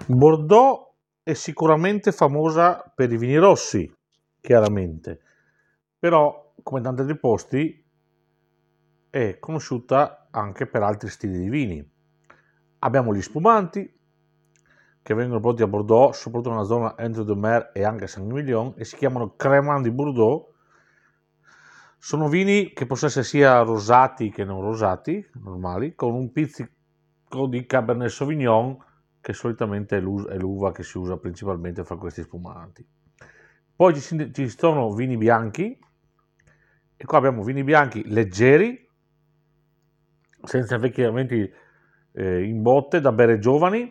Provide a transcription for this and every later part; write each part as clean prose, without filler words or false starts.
Bordeaux è sicuramente famosa per i vini rossi, chiaramente, però come tanti altri posti è conosciuta anche per altri stili di vini. Abbiamo gli spumanti che vengono prodotti a Bordeaux, soprattutto nella zona Entre-deux-Mers e anche a Saint-Emilion, e si chiamano Crémant di Bordeaux. Sono vini che possono essere sia rosati che non rosati, normali, con un pizzico di Cabernet Sauvignon, che solitamente è l'uva che si usa principalmente fra questi spumanti. Poi ci sono vini bianchi, e qua abbiamo vini bianchi leggeri, senza invecchiamenti in botte, da bere giovani,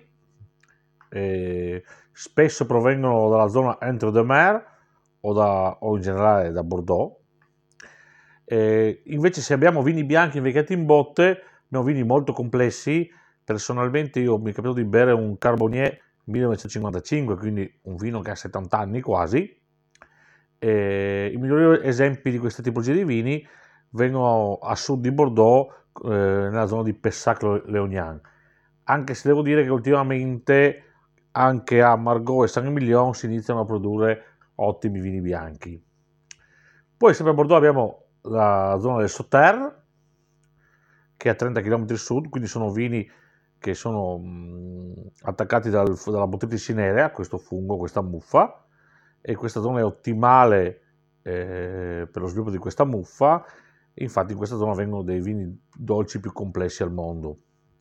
spesso provengono dalla zona Entre-deux-Mers o in generale da Bordeaux. Invece se abbiamo vini bianchi invecchiati in botte, abbiamo vini molto complessi. Personalmente io mi è capitato di bere un Charbonnier 1955, quindi un vino che ha 70 anni quasi. I migliori esempi di questa tipologia di vini vengono a sud di Bordeaux, nella zona di Pessac-Léognan, anche se devo dire che ultimamente anche a Margaux e Saint-Emilion si iniziano a produrre ottimi vini bianchi. Poi sempre a Bordeaux abbiamo la zona del Sauternes, che è a 30 km sud, quindi sono vini che sono attaccati dalla Botrytis-cinerea, questo fungo, questa muffa, e questa zona è ottimale per lo sviluppo di questa muffa. Infatti in questa zona vengono dei vini dolci più complessi al mondo.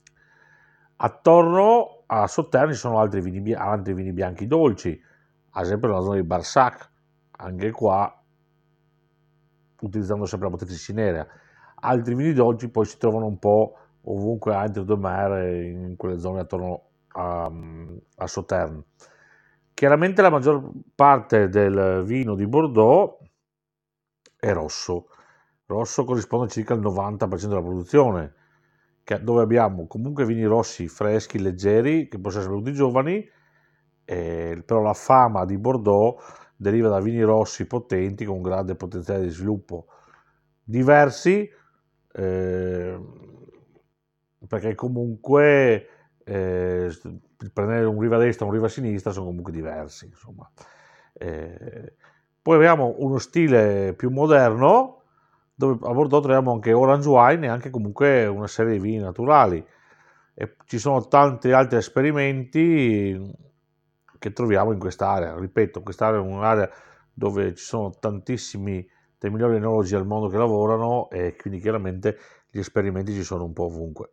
Attorno a Sauternes ci sono altri vini bianchi dolci, ad esempio nella zona di Barsac, anche qua utilizzando sempre la Botrytis-cinerea. Altri vini dolci poi si trovano un po' ovunque a Entre-deux-Mers, in quelle zone attorno a Sauternes. Chiaramente la maggior parte del vino di Bordeaux è rosso. Rosso corrisponde a circa il 90% della produzione, dove abbiamo comunque vini rossi freschi, leggeri, che possono essere bevuti giovani, però la fama di Bordeaux deriva da vini rossi potenti con un grande potenziale di sviluppo, diversi, perché comunque prendere un riva destra e un riva sinistra sono comunque diversi, insomma. Poi abbiamo uno stile più moderno, dove a Bordeaux troviamo anche orange wine e anche comunque una serie di vini naturali, e ci sono tanti altri esperimenti che troviamo in quest'area. Ripeto, quest'area è un'area dove ci sono tantissimi dei migliori enologi al mondo che lavorano, e quindi chiaramente gli esperimenti ci sono un po' ovunque.